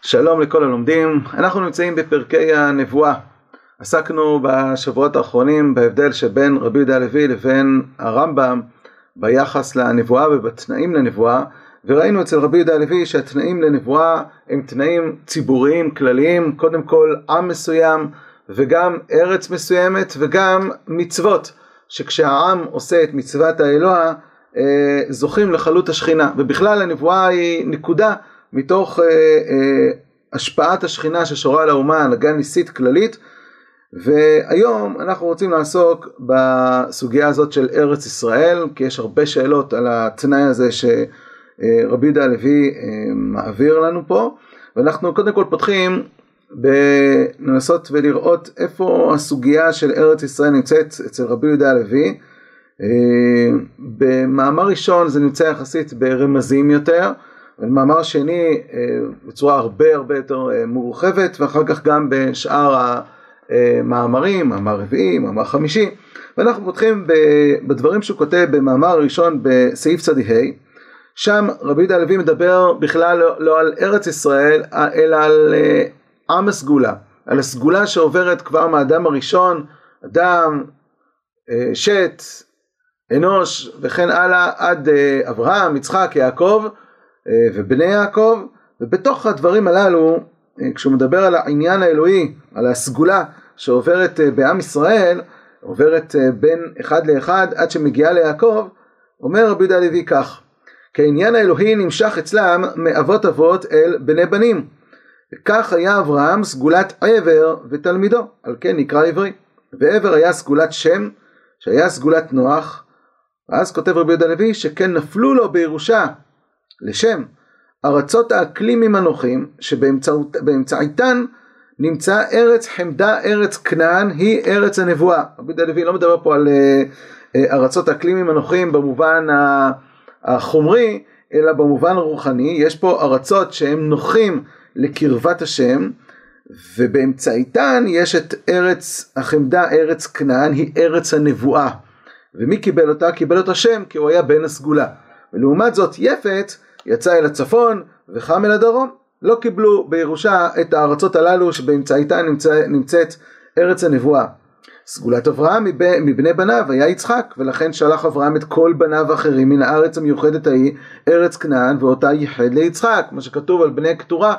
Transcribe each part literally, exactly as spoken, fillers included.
שלום לכל הלומדים, אנחנו נמצאים בפרקי הנבואה. עסקנו בשבועות האחרונים בהבדל שבין רבי יהודה הלוי לבין הרמב"ם ביחס לנבואה ובתנאים לנבואה, וראינו אצל רבי יהודה הלוי שהתנאים לנבואה הם תנאים ציבוריים כלליים, קודם כל עם מסוים וגם ארץ מסוימת וגם מצוות, שכשהעם עושה את מצוות האלוה זוכים לחלות השכינה, ובכלל הנבואה היא נקודה מתוך אה, אה, השפעת השכינה ששורה על האומה, הנהגה ניסית כללית. והיום אנחנו רוצים לעסוק בסוגיה הזאת של ארץ ישראל, כי יש הרבה שאלות על התנאי הזה שרבי יהודה הלוי אה, מעביר לנו פה, ואנחנו קודם כל פותחים בנסות ולראות איפה הסוגיה של ארץ ישראל נמצאת אצל רבי יהודה הלוי. אה, במאמר ראשון זה נמצא יחסית ברמזים יותר, במאמר שני בצורה הרבה הרבה יותר מורחבת, ואחר כך גם בשאר המאמרים, מאמר רביעי, מאמר חמישי. ואנחנו פותחים בדברים שהוא כותב במאמר הראשון בסעיף צדי ה', שם רבי יהודה הלוי מדבר בכלל לא, לא על ארץ ישראל, אלא על עם הסגולה, על הסגולה שעוברת כבר מהאדם הראשון, אדם, שת, אנוש וכן הלאה, עד אברהם, יצחק, יעקב ובני יעקב. ובתוך הדברים הללו, כשהוא מדבר על העניין האלוהי, על הסגולה שעוברת בעם ישראל, עוברת בין אחד לאחד עד שמגיעה ליעקב, אומר רבי יהודה הלוי כך: כי העניין האלוהי נמשך אצלם מאבות אבות אל בני בנים, כך היה אברהם סגולת עבר ותלמידו, על כן נקרא עברי, ועבר היה סגולת שם שהיה סגולת נוח. אז כותב רבי יהודה הלוי שכן נפלו לו בירושה לשם ארצות האקלימים הנוחים, שבאמצעיתן נמצא ארץ חמדה, ארץ כנען, היא ארץ הנבואה. רבי יהודה הלוי לא מדבר פה על ארצות האקלימים הנוחים במובן החומרי, אלא במובן הרוחני. יש פה ארצות שהם נוחים לקרבת השם, ובאמצעיתן יש את ארץ החמדה, ארץ כנען, היא ארץ הנבואה. ומי קיבל אותה? קיבל אותה שם, כי הוא היה בן הסגולה. ולעומת זאת יפת יצא אל הצפון וחם אל הדרום. לא קיבלו בירושה את הארצות הללו שבאמצעיתן נמצא, נמצאת ארץ הנבואה. סגולת אברהם מבני בניו היה יצחק, ולכן שלח אברהם את כל בניו האחרים מן הארץ המיוחדת ההיא, ארץ כנען, ואותה ייחד ליצחק, מה שכתוב על בני קטורה,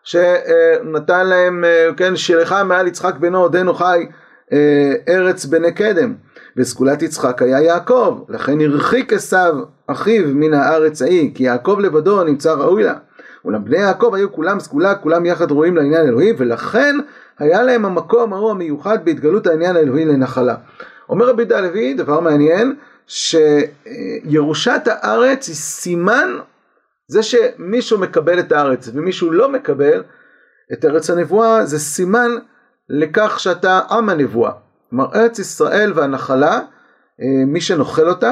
שנתן להם, כן, שלחה מעל יצחק בנו עודנו חי, ארץ בני קדם. וסגולת יצחק היה יעקב, לכן הרחיק עשיו אחיו מן הארץ ההיא, כי יעקב לבדו נמצא ראוי לה. אולם בני יעקב היו כולם סגולה, כולם יחד רואים לעניין אלוהי, ולכן היה להם המקום ההוא המיוחד בהתגלות העניין האלוהי לנחלה. אומר רבי יהודה הלוי דבר מעניין, שירושת הארץ היא סימן, זה שמישהו מקבל את הארץ ומישהו לא מקבל את ארץ הנבואה, זה סימן לכך שאתה עם הנבואה. כלומר, ארץ ישראל והנחלה, מי שנוכל אותה,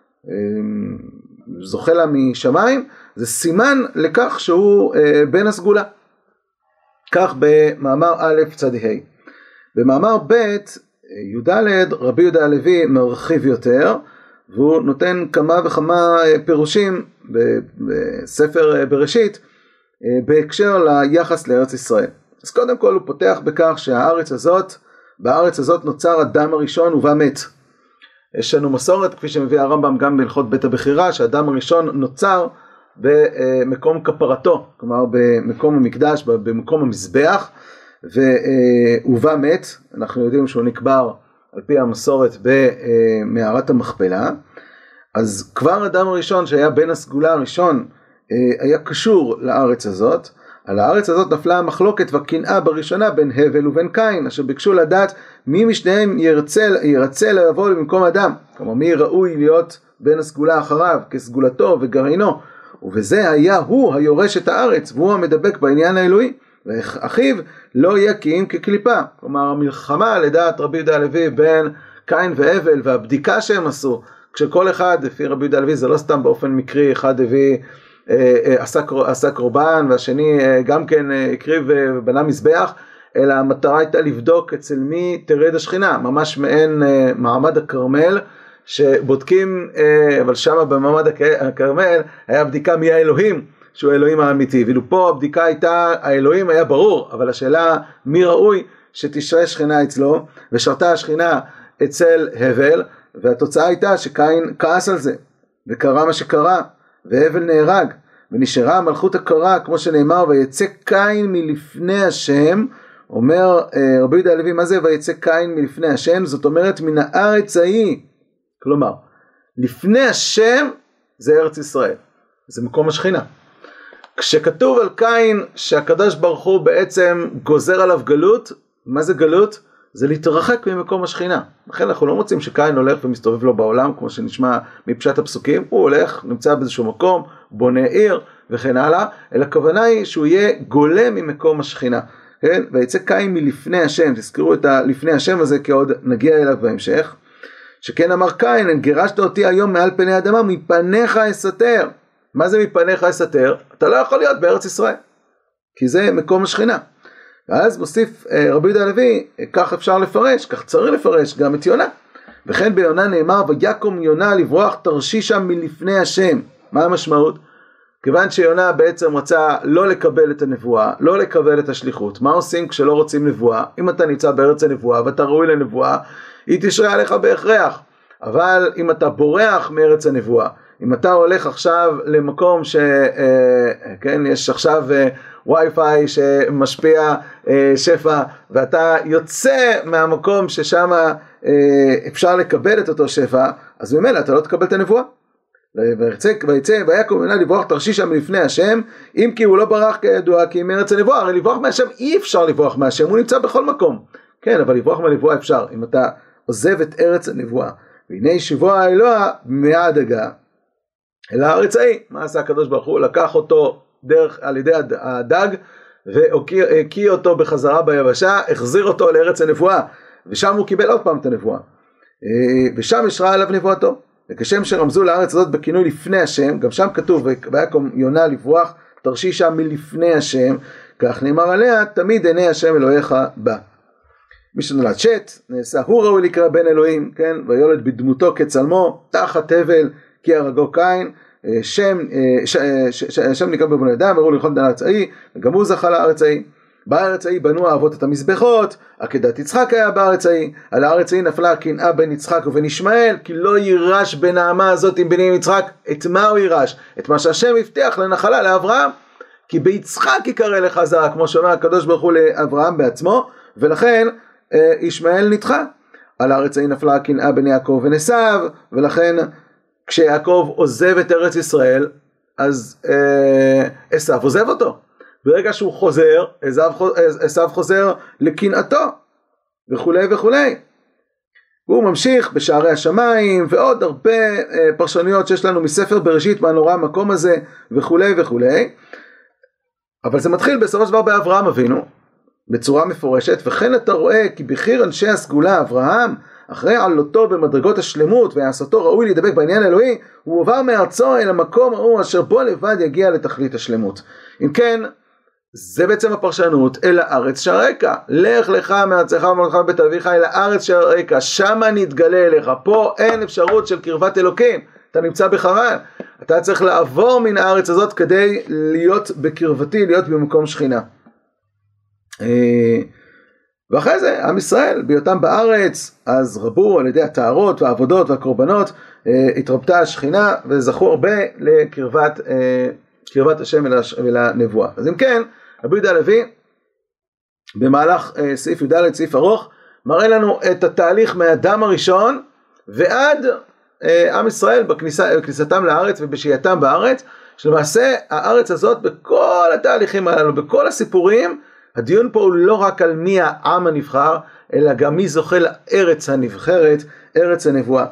זוכה לה משמיים, זה סימן לכך שהוא בן הסגולה. כך במאמר א' צדי ה'. במאמר ב' י"ד רבי יהודה הלוי מרחיב יותר, והוא נותן כמה וכמה פירושים בספר בראשית בהקשר ליחס לארץ ישראל. אז קודם כל הוא פותח בכך שהארץ הזאת, בארץ הזאת נוצר אדם הראשון ובא מת. יש לנו מסורת, כפי שמביא הרמב"ם גם בהלכות בית הבחירה, שהאדם הראשון נוצר במקום כפרתו, כלומר במקום המקדש, במקום המזבח, ובא מת. אנחנו יודעים שהוא נקבר על פי המסורת במערת המכפלה. אז כבר האדם הראשון שהיה בן הסגולה הראשון היה קשור לארץ הזאת. על הארץ הזאת נפלה המחלוקת והקנאה בראשונה בין הבל ובין קין, אשר ביקשו לדעת מי משניהם ירצה, ירצה לבוא במקום אדם, כלומר מי ראוי להיות בן הסגולה אחריו כסגולתו וגרעינו, ובזה היה הוא היורש את הארץ, והוא המדבק בעניין האלוהי, ואחיו לא יהיה כי אם כקליפה. כלומר המלחמה לדעת רבי יהודה הלוי בין קין והבל, והבדיקה שהם עשו, כשכל אחד לפי רבי יהודה הלוי זה לא סתם באופן מקרי, אחד הביא עשה, עשה קורבן והשני גם כן הקריב ובנה מזבח, אלא המטרה הייתה לבדוק אצל מי תרד השכינה, ממש מעין מעמד הכרמל, שבודקים, אבל שם במעמד הכרמל היה בדיקה מי האלוהים שהוא האלוהים האמיתי, ואילו פה הבדיקה הייתה, האלוהים היה ברור, אבל השאלה מי ראוי שתשרה שכינה אצלו, ושרתה השכינה אצל הבל, והתוצאה הייתה שקין כעס על זה, וקרה מה שקרה, והבל נהרג, ונשארה המלכות הקרה, כמו שנאמר, ויצא קין מלפני השם. אומר רבי יהודה הלוי, מה זה ויצא קין מלפני השם? זאת אומרת מן הארץ ההיא, כלומר לפני השם זה ארץ ישראל, זה מקום השכינה. כשכתוב על קין שהקדוש ברוך הוא בעצם גוזר עליו גלות, מה זה גלות? זה להתרחק ממקום השכינה. לכן אנחנו לא מוצאים שקין הולך ומסתובב לו בעולם, כמו שנשמע מפשט הפסוקים, הוא הולך, נמצא באיזשהו מקום, בונה עיר וכן הלאה, אלא הכוונה היא שהוא יהיה גולה ממקום השכינה. כן? ויצא קין מלפני השם, תזכרו את הלפני השם הזה, כי עוד נגיע אליו בהמשך. שכן אמר קין, אין גירשת אותי היום מעל פני האדמה, מפניך אסתר. מה זה מפניך אסתר? אתה לא יכול להיות בארץ ישראל, כי זה מקום השכינה. ואז מוסיף רבי יהודה הלוי, כך אפשר לפרש, כך צריך לפרש גם את יונה. וכן ביונה נאמר, ויקום יונה לברוח תרשישה מלפני השם. מה המשמעות? כיוון שיונה בעצם רצה לא לקבל את הנבואה, לא לקבל את השליחות. מה עושים כשלא רוצים נבואה? אם אתה נמצא בארץ הנבואה ואתה ראוי לנבואה, היא תשרה עליך בהכרח. אבל אם אתה בורח מארץ הנבואה, אם אתה הולך עכשיו למקום ש... כן, יש עכשיו ווי פיי שמשפיע שפע, ואתה יוצא מהמקום ששם אפשר לקבל את אותו שפע, אז ממילא אתה לא תקבל את הנבואה. ויצא ויקום יונה לברוח תרשישה מלפני השם, אם כי הוא לא ברח כידוע, כי מארץ הנבואה, הרי לברוח מהשם אי אפשר לברוח מהשם, הוא נמצא בכל מקום. כן, אבל לברוח מהנבואה אפשר, אם אתה עוזב את ארץ הנבואה. והנה שבוע האלוה מהדגה אל הארץ ההיא. מה עשה הקדוש ברוך הוא? לקח אותו דרך על ידי הדג, והקיא אותו בחזרה ביבשה, החזיר אותו לארץ הנבואה, ושם הוא קיבל עוד פעם את הנבואה, ושם ישרה עליו נבואתו. וכשם שרמזו לארץ הזאת בכינוי לפני השם, גם שם כתוב ויקום יונה לברוח תרשישה מלפני השם, כך נאמר עליה תמיד עיני השם אלוהיך בה. מי שנולד שת נעשה הוא ראוי לקרוא בן אלוהים, כן, ויולד בדמותו כצלמו תחת הבל כי הרגו קין, שם, ש, ש, ש, שם נקרא בבני אדם וראו לכל דן הארץ ההיא, וגם הוא זכה לארץ ההיא. בארץ ההיא בנו האבות את המזבחות, עקדת יצחק היה בארץ ההיא, על הארץ ההיא נפלה הקנאה בין יצחק ובין ישמעאל, כי לא יירש בנעמה הזאת עם בנים יצחק. את מה הוא יירש? את מה שהשם הבטיח לנחלה לאברהם, כי ביצחק יקרא לך זרע, כמו שאומר הקדוש ברוך הוא לאברהם בעצמו, ולכן ישמעאל נדחה. על הארץ ההיא נפלה הקנאה בין יעקב ועשיו, ולכן כשיעקב עוזב את ארץ ישראל, אז עשיו עוזב אותו. ברגע שהוא חוזר, עשיו חוזר לקנאתו, וכולי וכולי. הוא ממשיך בשערי השמיים, ועוד הרבה פרשנויות שיש לנו מספר בראשית, מה נורא המקום הזה, וכולי וכולי. אבל זה מתחיל בסופו של דבר באברהם אבינו, בצורה מפורשת, וכן אתה רואה כי בחיר אנשי הסגולה אברהם, אחרי עלותו במדרגות השלמות, ויעשתו ראוי להידבק בעניין האלוהי, הוא עובר מארצו אל המקום ההוא, אשר בו לבד יגיע לתכלית השלמות. אם כן, זה בעצם הפרשנות אל הארץ שהרקע. לך לך מארצך ומולדך מבית אביך אל הארץ שהרקע, שמה נתגלה אליך. פה אין אפשרות של קרבת אלוקים, אתה נמצא בחרן, אתה צריך לעבור מן הארץ הזאת כדי להיות בקרבתי, להיות במקום שכינה. ואחרי זה עם ישראל בהיותם בארץ, אז רבו על ידי הטהרות והעבודות והקורבנות, התרבתה השכינה וזכו הרבה לקרבת קרבת השם ולנבואה. אז אם כן, רבי יהודה הלוי במהלך סעיף י"ד, סעיף ארוך, מראה לנו את התהליך מהאדם הראשון ועד עם ישראל בכניסה, בכניסתם לארץ ובשהייתם בארץ, שלמעשה הארץ הזאת בכל התהליכים הללו, בכל הסיפורים, הדיון פה הוא לא רק על מי העם הנבחר, אלא גם מי זוכה לארץ הנבחרת, ארץ הנבואה.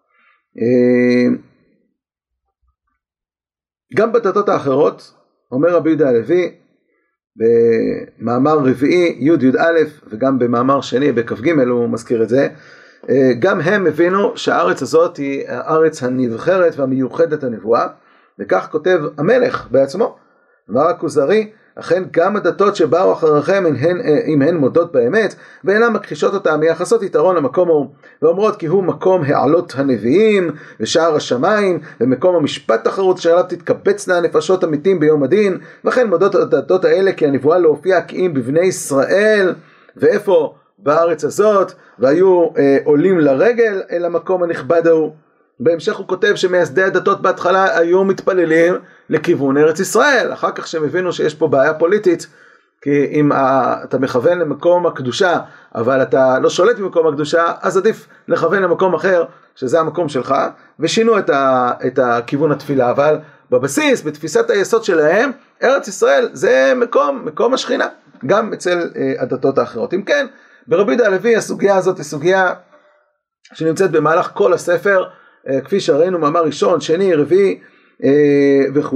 גם בדתות האחרות, אומר רבי יהודה הלוי, במאמר רביעי, י' י' א', וגם במאמר שני, בכ"ג הוא מזכיר את זה, גם הם הבינו שהארץ הזאת היא הארץ הנבחרת והמיוחדת הנבואה, וכך כותב המלך בעצמו, אמר הכוזרי, אכן גם הדתות שבאו אחריכם אם הן מודות באמת, ואינן מכחישות אותם, מייחסות יתרון למקום ההוא, ואומרות כי הוא מקום העלות הנביאים, ושער השמיים, ומקום המשפט תחרות, שעליו תתקבצנה הנפשות המתים ביום הדין, וכן מודות הדתות האלה כי הנבואה לא הופיעה כי אם בבני ישראל, ואיפה בארץ הזאת, והיו אה, עולים לרגל אל המקום הנכבד ההוא. בהמשך הוא כותב שמייסדי הדתות בהתחלה היו מתפללים לכיוון ארץ ישראל, אחר כך שהם הבינו שיש פה בעיה פוליטית, כי אם אתה מכוון למקום הקדושה, אבל אתה לא שולט במקום הקדושה, אז עדיף לכוון למקום אחר, שזה המקום שלך, ושינו את, ה, את הכיוון התפילה, אבל בבסיס, בתפיסת היסוד שלהם, ארץ ישראל זה מקום, מקום השכינה, גם אצל הדתות האחרות. אם כן, ברבי יהודה הלוי הסוגיה הזאת היא סוגיה שנמצאת במהלך כל הספר, כפי שראינו מאמר ראשון, שני, רביעי וכו'.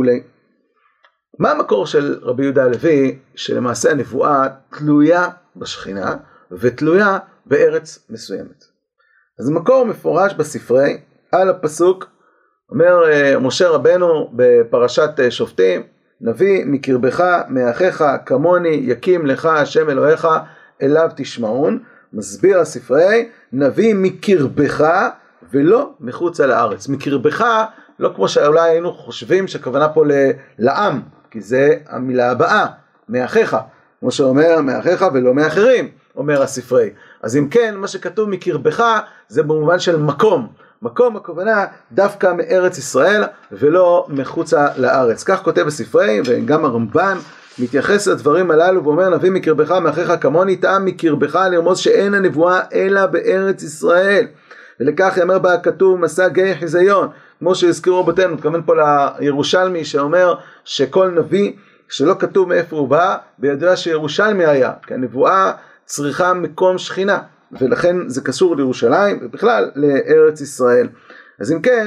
מה המקור של רבי יהודה הלוי שלמעשה הנבואה תלויה בשכינה ותלויה בארץ מסוימת? אז מקור מפורש בספרי על הפסוק, אומר משה רבנו בפרשת שופטים, נביא מקרבך מאחיך כמוני יקים לך השם אלוהיך אליו תשמעון. מסביר הספרי, נביא מקרבך ולא מחוץ על הארץ. מקרבך, לא כמו שאולי היינו חושבים שכוונה פה לעם, כי זה המילה הבאה, מאחיך, כמו שאומר מאחיך ולא מאחרים, אומר הספרי. אז אם כן, מה שכתוב מקרבך זה במובן של מקום, מקום הכוונה דווקא מארץ ישראל ולא מחוצה לארץ. כך כותב הספרי, וגם הרמב"ן מתייחס לדברים הללו ואומר, נביא מקרבך מאחיך כמוני, טעם מקרבך לרמוז שאין הנבואה אלא בארץ ישראל. ולכך יאמר בה כתוב מסע גיא חיזיון, כמו שהזכירו רבותינו, מתכוון פה לירושלמי שאומר שכל נביא שלא כתוב מאיפה הוא בא, בידוע שירושלמי היה, כי הנבואה צריכה מקום שכינה, ולכן זה קשור לירושלים ובכלל לארץ ישראל. אז אם כן,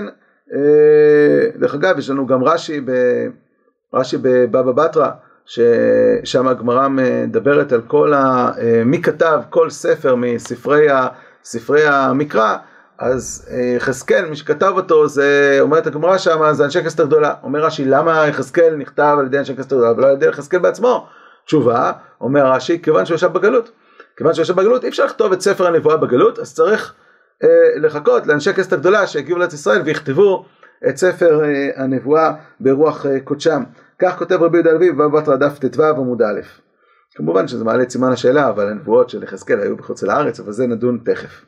דרך אגב יש לנו גם רש"י, רש"י בבבא בתרא, ששם הגמרא מדברת על כל ה... מי כתב כל ספר מספרי ה... ספרי המקרא, אז יחזקאל, מי שכתב אותו, זה אומרת הגמרא שם, זה אנשי כסתר גדולה. אומר רש"י, למה יחזקאל נכתב על ידי אנשי כסתר גדולה, ולא על ידי יחזקאל בעצמו? תשובה, אומר רש"י, כיוון שהוא ישב בגלות. כיוון שהוא ישב בגלות, אי אפשר לכתוב את ספר הנבואה בגלות, אז צריך אה, לחכות לאנשי כסתר גדולה שהגיעו לארץ ישראל ויכתבו את ספר אה, הנבואה ברוח אה, קודשם. כך כותב רבי יהודה הלוי בבבא בתרא דף ט"ו עמוד א'. כמובן שזה מעלה את סימן השאלה, אבל הנבואות של יחזקאל היו בחוץ לארץ, אבל זה נדון תכף.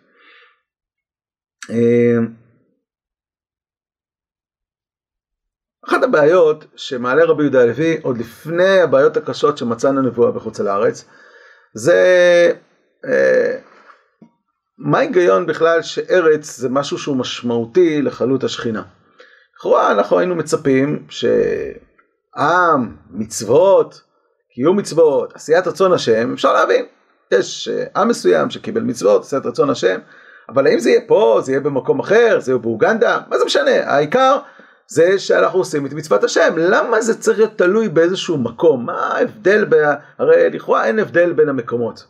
אחת הבעיות שמעלה רבי יהודה הלוי, עוד לפני הבעיות הקשות שמצאנו נבואה בחוץ לארץ, זה מה ההיגיון בכלל שארץ זה משהו שהוא משמעותי לחלות השכינה. לכאורה אנחנו היינו מצפים שעם, מצוות, קיום מצוות, עשיית רצון השם, אפשר להבין. יש עם מסוים שקיבל מצוות, עשיית רצון השם, אבל האם זה יהיה פה, זה יהיה במקום אחר, זה יהיה באוגנדה, מה זה משנה? העיקר זה שאנחנו עושים את מצוות השם. למה זה צריך להיות תלוי באיזשהו מקום? מה ההבדל? ב... הרי לכאורה אין הבדל בין המקומות.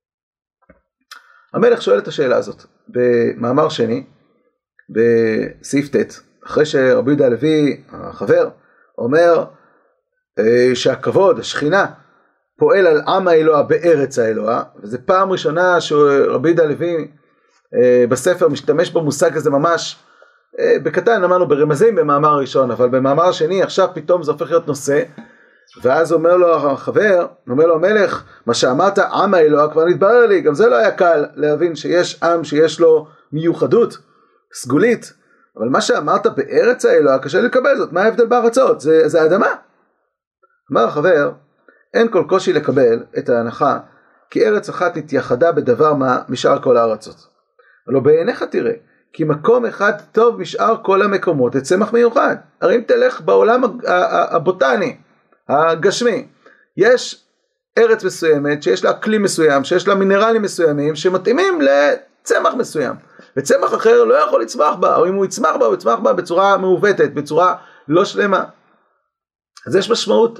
המלך שואל את השאלה הזאת במאמר שני, בסעיף ט', אחרי שרבי יהודה הלוי, החבר, אומר שהכבוד, השכינה, פועל על עם האלוה בארץ האלוה, וזה פעם ראשונה שרבי יהודה הלוי בספר משתמש במושג הזה ממש בקטן, אמרנו ברמזים במאמר ראשון, אבל במאמר שני עכשיו פתאום זה הופך להיות נושא, ואז אומר לו החבר, אומר לו המלך, מה שאמרת עם האלוה כבר נתברר לי, גם זה לא היה קל להבין שיש עם שיש לו מיוחדות סגולית, אבל מה שאמרת בארץ האלוה קשה לקבל זאת. מה ההבדל בארצות? זה, זה האדמה. אמר החבר, אין כל קושי לקבל את ההנחה כי ארץ אחת התייחדה בדבר מה משאר כל הארצות. אבל לא בעיניך תראה, כי מקום אחד טוב משאר כל המקומות את צמח מיוחד. הרי אם תלך בעולם הבוטני, הגשמי, יש ארץ מסוימת שיש לה כלי מסוים, שיש לה מינרלים מסוימים שמתאימים לצמח מסוים, וצמח אחר לא יכול לצמח בה, או אם הוא יצמח בה, הוא יצמח בה בצורה מעוותת, בצורה לא שלמה. אז יש משמעות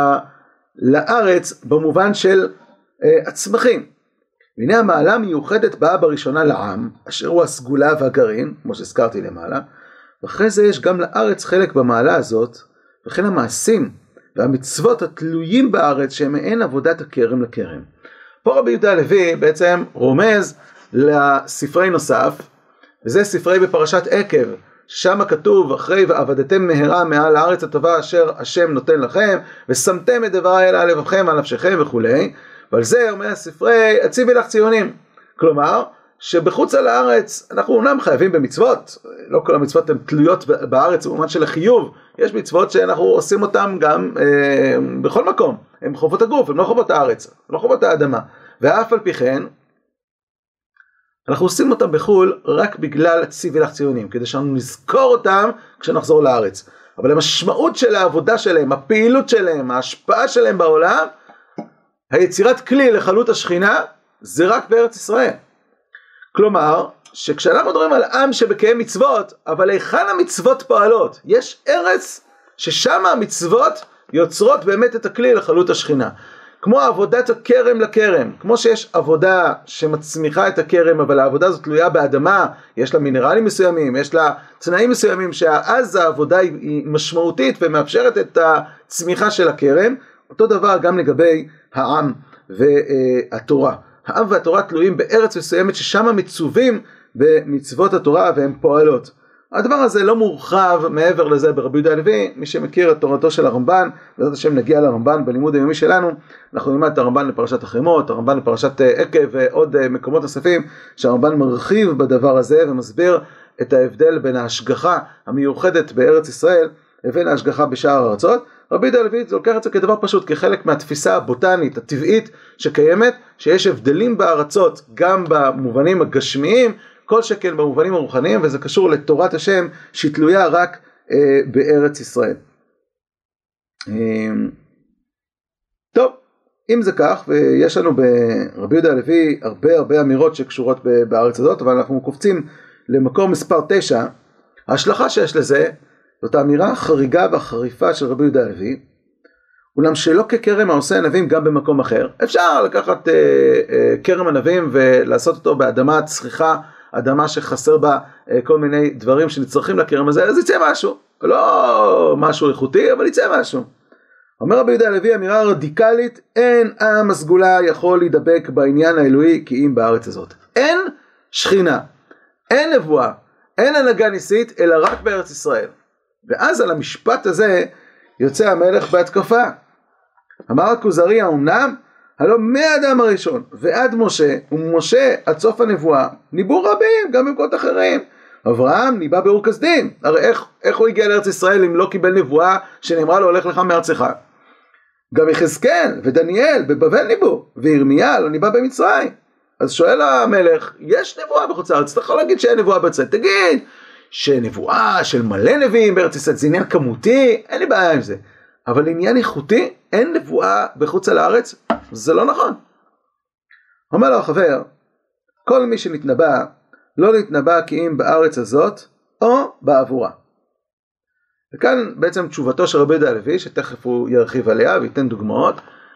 לארץ במובן של uh, הצמחים. והנה המעלה מיוחדת באה בראשונה לעם, אשר הוא הסגולה והגרעין, כמו שהזכרתי למעלה, ואחרי זה יש גם לארץ חלק במעלה הזאת, וכן המעשים והמצוות התלויים בארץ שהם מעין עבודת הכרם לכרם. פה רבי יהודה הלוי בעצם רומז לספרי נוסף, וזה ספרי בפרשת עקב, שם כתוב אחרי ועבדתם מהרה מעל הארץ הטובה אשר השם נותן לכם, ושמתם את דברי אל על לבבכם על נפשכם וכולי, ועל זה אומר הספרי הציבי לך ציונים, כלומר שבחוץ על הארץ אנחנו אומנם חייבים במצוות, לא כל המצוות הן תלויות בארץ במובן של החיוב, יש מצוות שאנחנו עושים אותן גם אה, בכל מקום, הן חובות הגוף, הן לא חובות הארץ, הן לא חובות האדמה, ואף על פי כן אנחנו עושים אותם בחול רק בגלל הציבי לך ציונים, כדי שאנחנו נזכור אותם כשנחזור לארץ, אבל המשמעות של העבודה שלהם, הפעילות שלהם, ההשפעה שלהם בעולם, היצירת כלי לחלות השכינה, זה רק בארץ ישראל. כלומר, שכשאנחנו מדברים על עם שבקיים מצוות, אבל היכן המצוות פועלות? יש ארץ ששם המצוות יוצרות באמת את הכלי לחלות השכינה. כמו עבודת הכרם לכרם, כמו שיש עבודה שמצמיחה את הכרם, אבל העבודה הזאת תלויה באדמה, יש לה מינרלים מסוימים, יש לה תנאים מסוימים, שאז העבודה היא משמעותית ומאפשרת את הצמיחה של הכרם, אותו דבר גם לגבי העם והתורה. העם והתורה תלויים בארץ מסוימת ששם מצווים במצוות התורה והן פועלות. הדבר הזה לא מורחב מעבר לזה ברבי יהודה הלוי, מי שמכיר את תורתו של הרמב"ן, בעזרת השם נגיע לרמב"ן בלימוד היומי שלנו, אנחנו נלמד את הרמב"ן לפרשת החרמות, הרמב"ן לפרשת עקב ועוד מקומות נוספים, שהרמב"ן מרחיב בדבר הזה ומסביר את ההבדל בין ההשגחה המיוחדת בארץ ישראל לבין ההשגחה בשאר הארצות. רבי יהודה הלוי לוקח את זה כדבר פשוט, כחלק מהתפיסה הבוטנית, הטבעית שקיימת, שיש הבדלים בארצות גם במובנים הגשמיים, כל שכן במובנים הרוחניים, וזה קשור לתורת השם שהיא תלויה רק אה, בארץ ישראל. אה, טוב, אם זה כך, ויש לנו ברבי יהודה הלוי הרבה הרבה אמירות שקשורות בארץ הזאת, אבל אנחנו קופצים למקור מספר תשע, ההשלכה שיש לזה, זאת האמירה החריגה והחריפה של רבי יהודה הלוי, אולם שלא ככרם העושה ענבים גם במקום אחר. אפשר לקחת אה, אה, כרם ענבים ולעשות אותו באדמה צחיחה, אדמה שחסר בה אה, כל מיני דברים שנצרכים לכרם הזה, אז יצא משהו, לא משהו איכותי, אבל יצא משהו. אומר רבי יהודה הלוי אמירה רדיקלית, אין עם הסגולה יכול להידבק בעניין האלוהי כי אם בארץ הזאת. אין שכינה, אין נבואה, אין הנהגה ניסית, אלא רק בארץ ישראל. ואז על המשפט הזה יוצא המלך בהתקפה. אמר הכוזרי האומנם, הלא מהאדם הראשון ועד משה, ומשה עד סוף הנבואה, ניבאו רבים גם במקומות אחרים. אברהם ניבא באור כשדים, הרי איך, איך הוא הגיע לארץ ישראל אם לא קיבל נבואה שנאמרה לו הולך לך מארצך? גם יחזקאל ודניאל בבבל ניבאו, וירמיה לא ניבא במצרים. אז שואל המלך, יש נבואה בחוץ לארץ, אתה יכול להגיד שאין נבואה בארץ ישראל, תגיד שנבואה של מלא נביאים בארץ ישראל זה עניין כמותי, אין לי בעיה עם זה, אבל עניין איכותי, אין נבואה בחוץ לארץ, זה לא נכון. אומר לו החבר, כל מי שנתנבא, לא נתנבא כי אם בארץ הזאת, או בעבורה. וכאן בעצם תשובתו של רבי יהודה הלוי, שתכף הוא ירחיב עליה וייתן דוגמאות,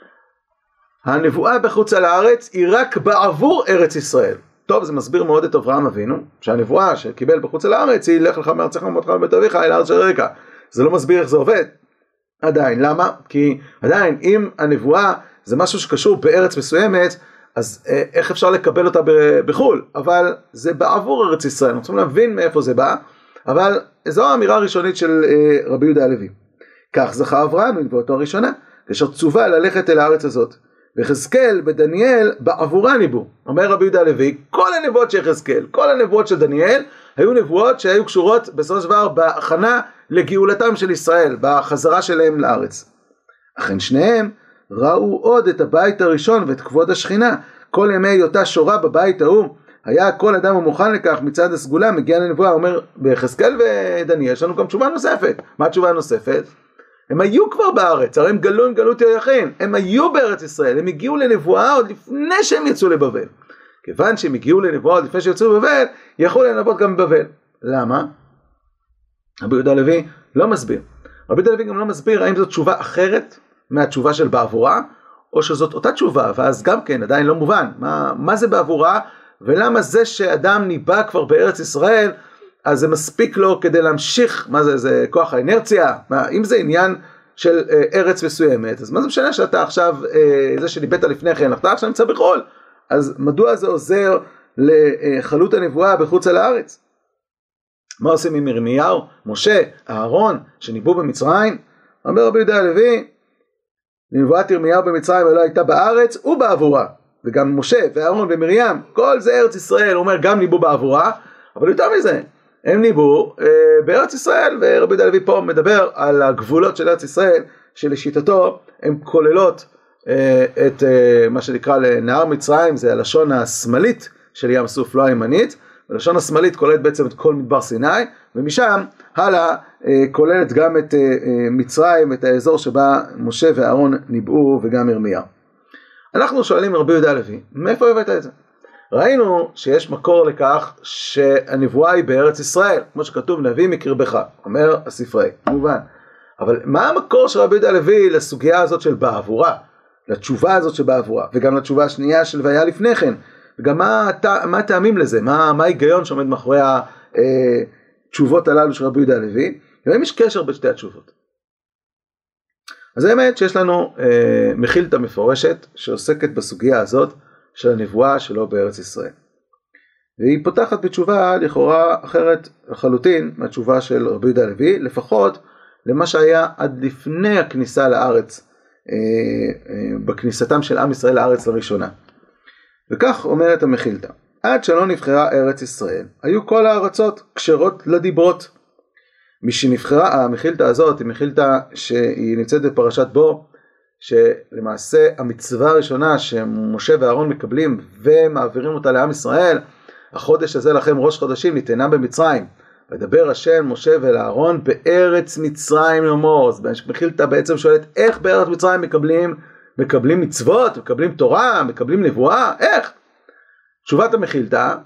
הנבואה בחוץ לארץ היא רק בעבור ארץ ישראל. טוב, זה מסביר מאוד את אברהם אבינו, שהנבואה שקיבל בחוץ לארץ היא לך לך מארצך ומותך ובית אביך אל הארץ של רקע. זה לא מסביר איך זה עובד. עדיין, למה? כי עדיין אם הנבואה זה משהו שקשור בארץ מסוימת, אז איך אפשר לקבל אותה בחול? אבל זה בעבור ארץ ישראל, אנחנו צריכים להבין מאיפה זה בא, אבל זו האמירה הראשונית של רבי יהודה הלוי. כך זכה אברהם בנבואתו הראשונה, כאשר צווה ללכת אל הארץ הזאת. ויחזקאל בדניאל בעבורה ניבאו. אומר רבי יהודה הלוי, כל הנבואות של יחזקאל, כל הנבואות של דניאל, היו נבואות שהיו קשורות בסופו של דבר בהכנה לגאולתם של ישראל, בחזרה שלהם לארץ. אכן שניהם ראו עוד את הבית הראשון ואת כבוד השכינה. כל ימי היותה שורה בבית ההוא, היה כל אדם המוכן לכך מצד הסגולה, מגיע לנבואה. אומר ביחזקאל ודניאל, יש לנו גם תשובה נוספת. מה התשובה הנוספת? הם היו כבר בארץ, הרי הם גלו עם גלות יהויכין, הם היו בארץ ישראל, הם הגיעו לנבואה עוד לפני שהם יצאו לבבל. כיוון שהם הגיעו לנבואה עוד לפני שיצאו לבבל, יכלו לנבוא גם בבבל. למה? רבי יהודה הלוי לא מסביר. רבי יהודה הלוי גם לא מסביר האם זאת תשובה אחרת מהתשובה של בעבורה, או שזאת אותה תשובה, ואז גם כן עדיין לא מובן. מה, מה זה בעבורה, ולמה זה שאדם ניבא כבר בארץ ישראל, אז זה מספיק לו כדי להמשיך, מה זה, זה כוח האנרציה, מה, אם זה עניין של אה, ארץ מסוימת, אז מה זה משנה שאתה עכשיו, אה, זה שניבאת לפני כן, אתה עכשיו נמצא בחול, אז מדוע זה עוזר לחלות הנבואה בחוץ על הארץ? מה עושים עם ירמיהו, משה, אהרון, שניבאו במצרים? אומר רבי יהודה הלוי, נבואת ירמיהו במצרים לא הייתה בארץ ובעבורה, וגם משה ואהרון ומרים, כל זה ארץ ישראל, הוא אומר גם ניבאו בעבורה, אבל יותר מזה, הם ניבאו אה, בארץ ישראל, ורבי יהודה הלוי פה מדבר על הגבולות של ארץ ישראל, שלשיטתו הן כוללות אה, את אה, מה שנקרא לנהר מצרים, זה הלשון השמאלית של ים סוף, לא הימנית, ולשון השמאלית כוללת בעצם את כל מדבר סיני, ומשם הלאה אה, כוללת גם את אה, אה, מצרים, את האזור שבה משה ואהרון ניבאו וגם ירמיהו. אנחנו שואלים רבי יהודה הלוי, מאיפה הבאת את זה? ראינו שיש מקור לכך שהנבואה היא בארץ ישראל, כמו שכתוב נביא מקרבך, אומר הספרי, מובן. אבל מה המקור של רבי יהודה הלוי לסוגיה הזאת של בעבורה, לתשובה הזאת של בעבורה, וגם לתשובה השנייה של והיה לפני כן, וגם מה, מה טעמים לזה, מה, מה ההיגיון שעומד מאחורי התשובות הללו של רבי יהודה הלוי, ואם יש קשר בשתי התשובות. אז האמת שיש לנו אה, מחילתא מפורשת שעוסקת בסוגיה הזאת של הנבואה שלו בארץ ישראל. והיא פותחת בתשובה לכאורה אחרת לחלוטין מהתשובה של רבי יהודה הלוי, לפחות למה שהיה עד לפני הכניסה לארץ, אה, אה, בכניסתם של עם ישראל לארץ לראשונה. וכך אומרת המחילתא, עד שלא נבחרה ארץ ישראל, היו כל הארצות כשרות לדיברות. משנבחרה, המחילתא הזאת היא מחילתא שהיא נמצאת בפרשת בו, שלמעשה המצווה הראשונה שמשה ואהרון מקבלים ומעבירים אותה לעם ישראל, החודש הזה לכם ראש חודשים ניתנה במצרים, ודבר השם משה ולאהרון בארץ מצרים לאמור. אז מחילתא בעצם שואלת איך בארץ מצרים מקבלים, מקבלים מצוות, מקבלים תורה, מקבלים נבואה, איך? תשובת המחילתא,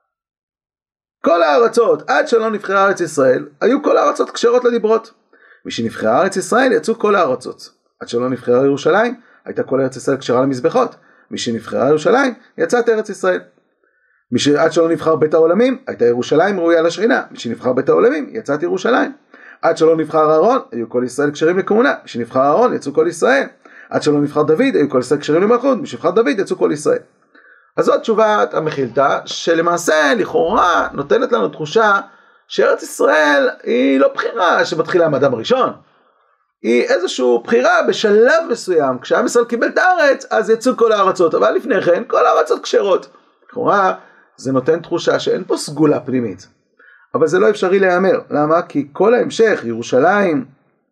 כל הארצות, עד שלא נבחרה ארץ ישראל, היו כל הארצות כשרות לדיברות. משנבחרה ארץ ישראל יצאו כל הארצות. עד שלא נבחרה ירושלים, הייתה כל ארץ ישראל כשרה למזבחות. משנבחרה ירושלים, יצאת ארץ ישראל. מש... עד שלא נבחר בית העולמים, הייתה ירושלים ראויה לשכינה. משנבחר בית העולמים, יצאת ירושלים. עד שלא נבחר אהרון, היו כל ישראל כשרים לכהונה. משנבחר אהרון, יצאו כל ישראל. עד שלא נבחר דוד, היו כל ישראל כשרים למלכות. משנבחר דוד, יצאו כל ישראל. אז זאת תשובת המחילתא, שלמעשה לכאורה נותנת לנו תחושה שארץ ישראל היא לא בחירה שמתחילה מהאדם הראשון, היא איזושהי בחירה בשלב מסוים, כשעם ישראל קיבל את הארץ אז יצאו כל הארצות, אבל לפני כן כל הארצות כשרות. לכאורה זה נותן תחושה שאין פה סגולה פנימית, אבל זה לא אפשרי להיאמר. למה? כי כל ההמשך, ירושלים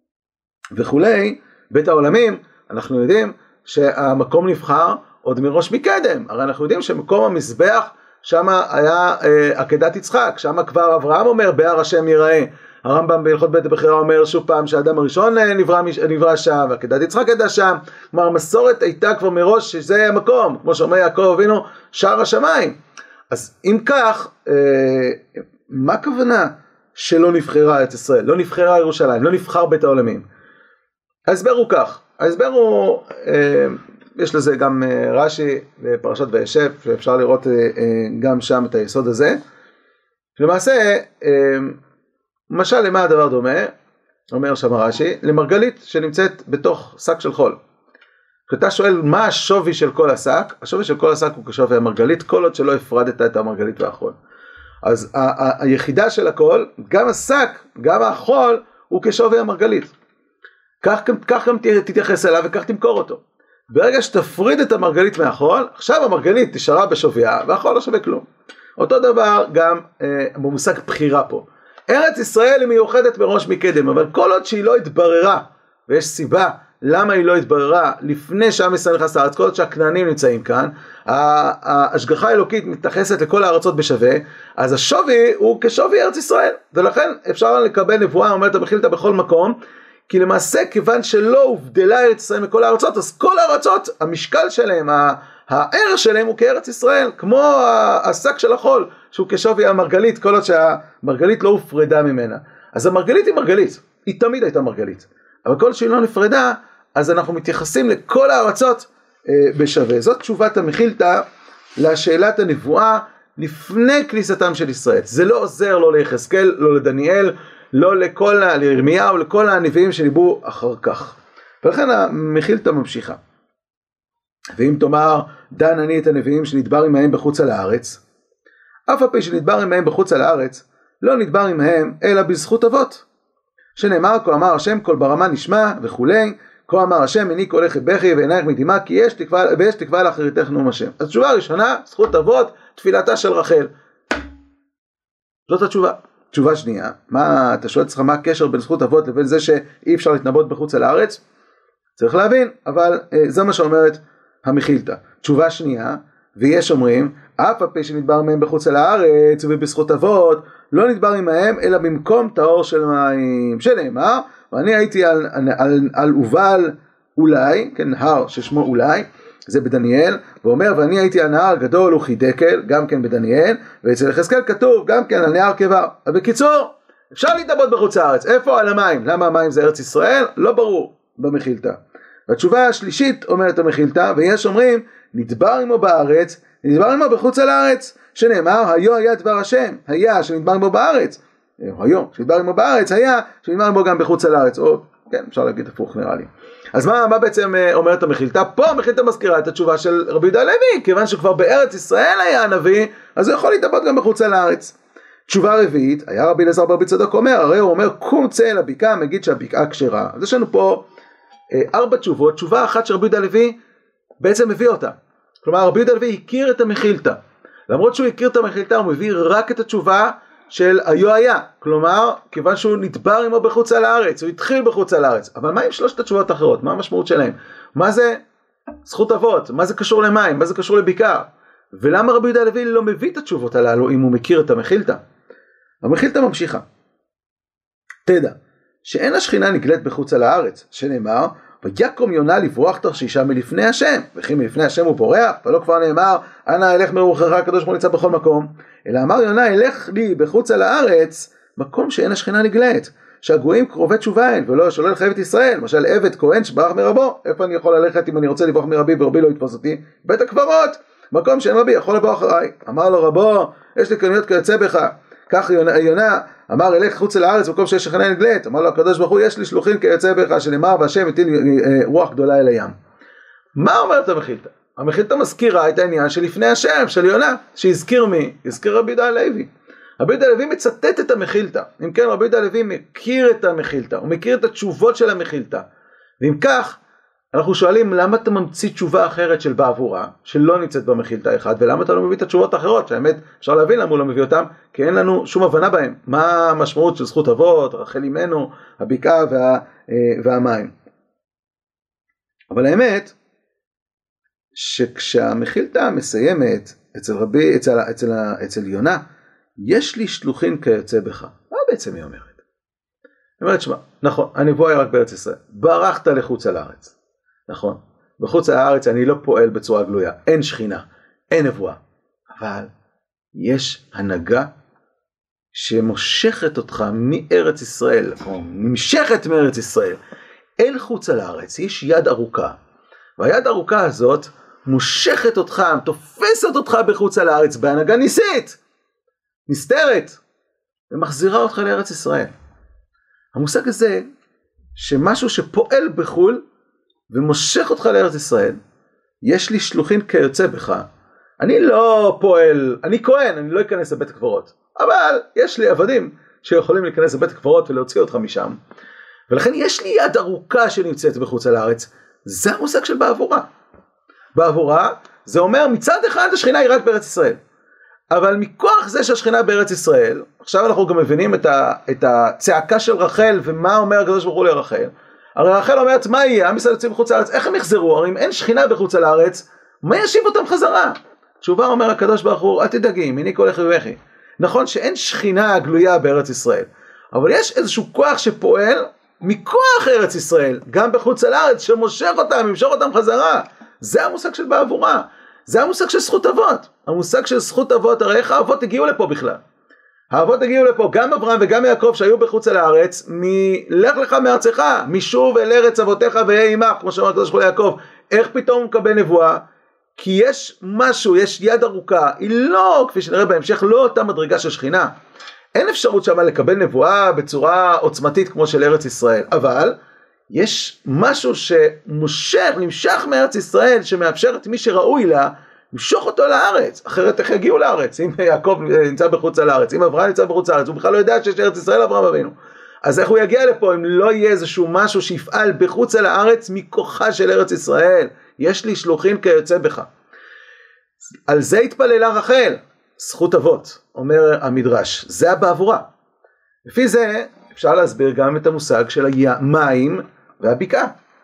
וכולי, בית העולמים, אנחנו יודעים שהמקום נבחר עוד מראש מקדם. הרי אנחנו יודעים שמקום המזבח שם היה אה, עקדת יצחק, שם כבר אברהם אומר בהר השם ייראה. הרמב"ם בהלכות בית הבחירה אומר שוב פעם שהאדם הראשון אה, נברא, נברא שם, ועקדת יצחק הייתה שם. כלומר המסורת הייתה כבר מראש שזה המקום, כמו שאומר יעקב אבינו, שער השמיים. אז אם כך, אה, מה הכוונה שלא נבחרה ארץ ישראל, לא נבחרה ירושלים, לא נבחר בית העולמים? ההסבר הוא כך, ההסבר הוא... אה, יש לזה גם רש"י בפרשת וישב, שאפשר לראות גם שם את היסוד הזה. למעשה, משל למה הדבר דומה, אומר שם רש"י, למרגלית שנמצאת בתוך שק של חול. כשאתה שואל מה השווי של כל השק, השווי של כל השק הוא כשווי המרגלית, כל עוד שלא הפרדת את המרגלית והחול. אז ה- ה- היחידה של הכל, גם השק, גם החול, הוא כשווי המרגלית. כך, כך גם תתייחס אליו וכך תמכור אותו. ברגע שתפריד את המרגלית מהחול, עכשיו המרגלית תשארה בשוויה, והחול לא שווה כלום. אותו דבר גם אה, במושג בחירה פה. ארץ ישראל היא מיוחדת מראש מקדם, אבל כל עוד שהיא לא התבררה, ויש סיבה למה היא לא התבררה לפני שעם ישראל נכנס לארץ, כל עוד שהכנענים נמצאים כאן, ההשגחה האלוקית מתייחסת לכל הארצות בשווה, אז השווי הוא כשווי ארץ ישראל, ולכן אפשר לקבל נבואה, אומרת המחילתא בכל מקום, כי למעשה כיוון שלא הובדלה ארץ ישראל מכל הארצות, אז כל הארצות, המשקל שלהם, הערך שלהם הוא כארץ ישראל, כמו השק של החול, שהוא כשווי המרגלית, כל עוד שהמרגלית לא הופרדה ממנה. אז המרגלית היא מרגלית, היא תמיד הייתה מרגלית, אבל כל שהיא לא נפרדה, אז אנחנו מתייחסים לכל הארצות אה, בשווה. זאת תשובת המחילתא לשאלת הנבואה לפני כניסתם של ישראל. זה לא עוזר לא ליחזקאל, לא לדניאל, לא לכל, לירמיהו, לכל הנביאים שניבאו אחר כך. ולכן המחילתא ממשיכה. ואם תאמר, דן אני את הנביאים שנדבר עמהם בחוץ על הארץ, אף הפי שנדבר עמהם בחוץ על הארץ, לא נדבר עמהם אלא בזכות אבות. שנאמר, כה אמר השם כל ברמה נשמע וכולי, כה אמר השם איני קולך בכי ועינייך מדמעה, כי יש תקווה, ויש תקווה לאחריתך נאום השם. אז תשובה ראשונה, זכות אבות, תפילתה של רחל. זאת התשובה. תשובה שנייה, מה, אתה שואל אצלך מה הקשר בין זכות אבות לבין זה שאי אפשר להתנבאות בחוץ על הארץ? צריך להבין, אבל אה, זה מה שאומרת המחילתא. תשובה שנייה, ויש אומרים, אף הפי שנדבר מהם בחוץ על הארץ ובזכות אבות, לא נדבר עמהם אלא במקום טהור של מים. שנאמר, ואני הייתי על, על, על, על אובל אולי, כן, הר ששמו אולי, זה בדניאל, ואומר, ואני הייתי על נהר גדול וחידקל, גם כן בדניאל, ואצל יחזקאל כתוב, גם כן על נהר קבר. בקיצור, אפשר להתנבאות בחוץ הארץ. איפה? על המים. למה המים זה ארץ ישראל? לא ברור במחילתא. והתשובה השלישית אומרת המחילתא, ויש אומרים, נדבר עמו בארץ, נדבר עמו בחוץ על הארץ, שנאמר, היו היה דבר השם, היה שנדבר עמו בארץ, היו שנדבר עמו בארץ, היה שנדבר עמו גם בחוץ על הארץ, או כן, אפשר להגיד הפוך נראה לי. אז מה, מה בעצם אומרת המחילתא? פה המחילתא מזכירה את התשובה של רבי יהודה הלוי, כיוון שכבר בארץ ישראל היה הנביא, אז הוא יכול להתאבות גם בחוץ על הארץ. תשובה רביעית, היה רבי אליעזר ברבי צדוק אומר, הרי הוא אומר, קום צא אל הבקעה, מגיד שהבקעה כשרה. אז יש לנו פה אה, ארבע תשובות, תשובה אחת שרבי יהודה הלוי בעצם מביא אותה. כלומר, רבי יהודה הלוי הכיר את המחילתא. למרות שהוא הכיר את המחילתא, הוא מביא רק את התשובה של היו היה. כלומר, כיוון שהוא נדבר עמו בחוץ על הארץ, הוא התחיל בחוץ על הארץ. אבל מה עם שלושת התשובות האחרות? מה המשמעות שלהם? מה זה זכות אבות? מה זה קשור למים? מה זה קשור לבקעה? ולמה רבי יהודה הלוי לא מביא את התשובות הללו אם הוא מכיר את המחילתא? המחילתא ממשיכה. תדע, שאין השכינה נגלית בחוץ על הארץ, שנאמר, ויקום יונה לברוח תרשישה מלפני השם, וכי מלפני השם הוא פורח, ולא כבר נאמר, אנא אלך מרוחך, הקדוש ברוך הוא נמצא בכל מקום, אלא אמר יונה, אלך לי בחוץ על הארץ, מקום שאין השכינה נגלית, שהגויים קרובי תשובה הן, ולא שלא לחייב את ישראל, למשל עבד כהן שברח מרבו, איפה אני יכול ללכת אם אני רוצה לברוח מרבי ורבי לא יתפוס אותי? בית הקברות, מקום שאין רבי יכול לבוא אחריי. אמר לו רבו, יש לי קניות כיוצא בך. כך יונה, יונה אמר אלך חוץ אל הארץ במקום שיש שכנה נגלית. אמר לו הקדוש ברוך הוא, יש לי שלוחים כיוצא בך, שנאמר והשם הטיל רוח גדולה אל הים. מה אומרת המחילתא? המחילתא מזכירה את העניין שלפני השם של יונה, שהזכיר מי? הזכיר רבי יהודה הלוי. רבי יהודה הלוי מצטט את המחילתא. אם כן, רבי יהודה הלוי מכיר את המחילתא, הוא מכיר את התשובות של המחילתא. ואם כך, אנחנו שואלים למה אתה ממציא תשובה אחרת של בעבורה, שלא נמצאת במחילתא אחד, ולמה אתה לא מביא את התשובות האחרות, שהאמת אפשר להבין למה הוא לא מביא אותם, כי אין לנו שום הבנה בהם. מה המשמעות של זכות אבות, רחל אמנו, הבקעה וה, והמים. אבל האמת, שכשהמחילתא מסיימת אצל רבי, אצל, אצל, אצל יונה, יש לי שלוחין כיוצא בך. מה בעצם היא אומרת? היא אומרת, שמה, נכון, הנבואה היא רק בארץ ישראל. ברחת לחוץ על הארץ. נכון, בחוץ על הארץ אני לא פועל בצורה גלויה. אין שכינה, אין נבואה. אבל יש הנהגה שמושכת אותך מארץ ישראל, או נמשכת מארץ ישראל, אל חוץ על הארץ. יש יד ארוכה. והיד הארוכה הזאת מושכת אותך, תופסת אותך בחוץ על הארץ, בהנהגה ניסית. נסתרת, ומחזירה אותך לארץ ישראל. המושג הזה, שמשהו שפועל בחול, ומושך אותך לארץ ישראל, יש לי שלוחין כיוצא בך, אני לא פועל, אני כהן, אני לא אכנס לבית הקברות, אבל יש לי עבדים, שיכולים להיכנס לבית הקברות, ולהוציא אותך משם, ולכן יש לי יד ארוכה שנמצאת בחוץ על הארץ, זה המושג של בעבורה. בעבורה, זה אומר מצד אחד השכינה היא רק בארץ ישראל, אבל מכוח זה שהשכינה בארץ ישראל, עכשיו אנחנו גם מבינים את, ה, את הצעקה של רחל, ומה אומר הקדוש ברוך הוא לרחל. הרי רחל אומרת, מה יהיה? עם ישראל יוצאים בחוץ לארץ, איך הם יחזרו? הרי אם אין שכינה בחוץ לארץ, מה ישיב אותם חזרה? תשובה אומר הקדוש ברוך הוא, אל תדאגי, מיני קולך ובכי. נכון שאין שכינה גלויה בארץ ישראל, אבל יש איזשהו כוח שפועל מכוח ארץ ישראל, גם בחוץ לארץ, שמושך אותם, ימשוך אותם חזרה. זה המושג של בעבורה. זה המושג של זכות אבות. המושג של זכות אבות, הרי איך האבות הגיעו לפה בכלל? האבות הגיעו לפה, גם אברהם וגם יעקב שהיו בחוץ על הארץ, מלך לך מארצך, משוב אל ארץ אבותיך ויהי עמך, כמו שאמר הקדוש ברוך הוא ליעקב. איך פתאום הוא מקבל נבואה? כי יש משהו, יש יד ארוכה, היא לא, כפי שנראה בהמשך, לא אותה מדרגה של שכינה, אין אפשרות שמה לקבל נבואה בצורה עוצמתית כמו של ארץ ישראל, אבל יש משהו שמושך, נמשך מארץ ישראל, שמאפשר את מי שראוי לה, למשוך אותו לארץ, אחרת איך יגיעו לארץ, אם יעקב נמצא בחוץ על הארץ, אם אברהם נמצא בחוץ לארץ, הוא בכלל לא יודע שיש ארץ ישראל אברהם אבינו, אז איך הוא יגיע לפה אם לא יהיה איזשהו משהו שיפעל בחוץ על הארץ מכוחה של ארץ ישראל, יש לי שלוחים כיוצא בך. על זה התפללה רחל, זכות אבות, אומר המדרש, זה הבעבורה. לפי זה אפשר להסביר גם את המושג של המים והבקעה.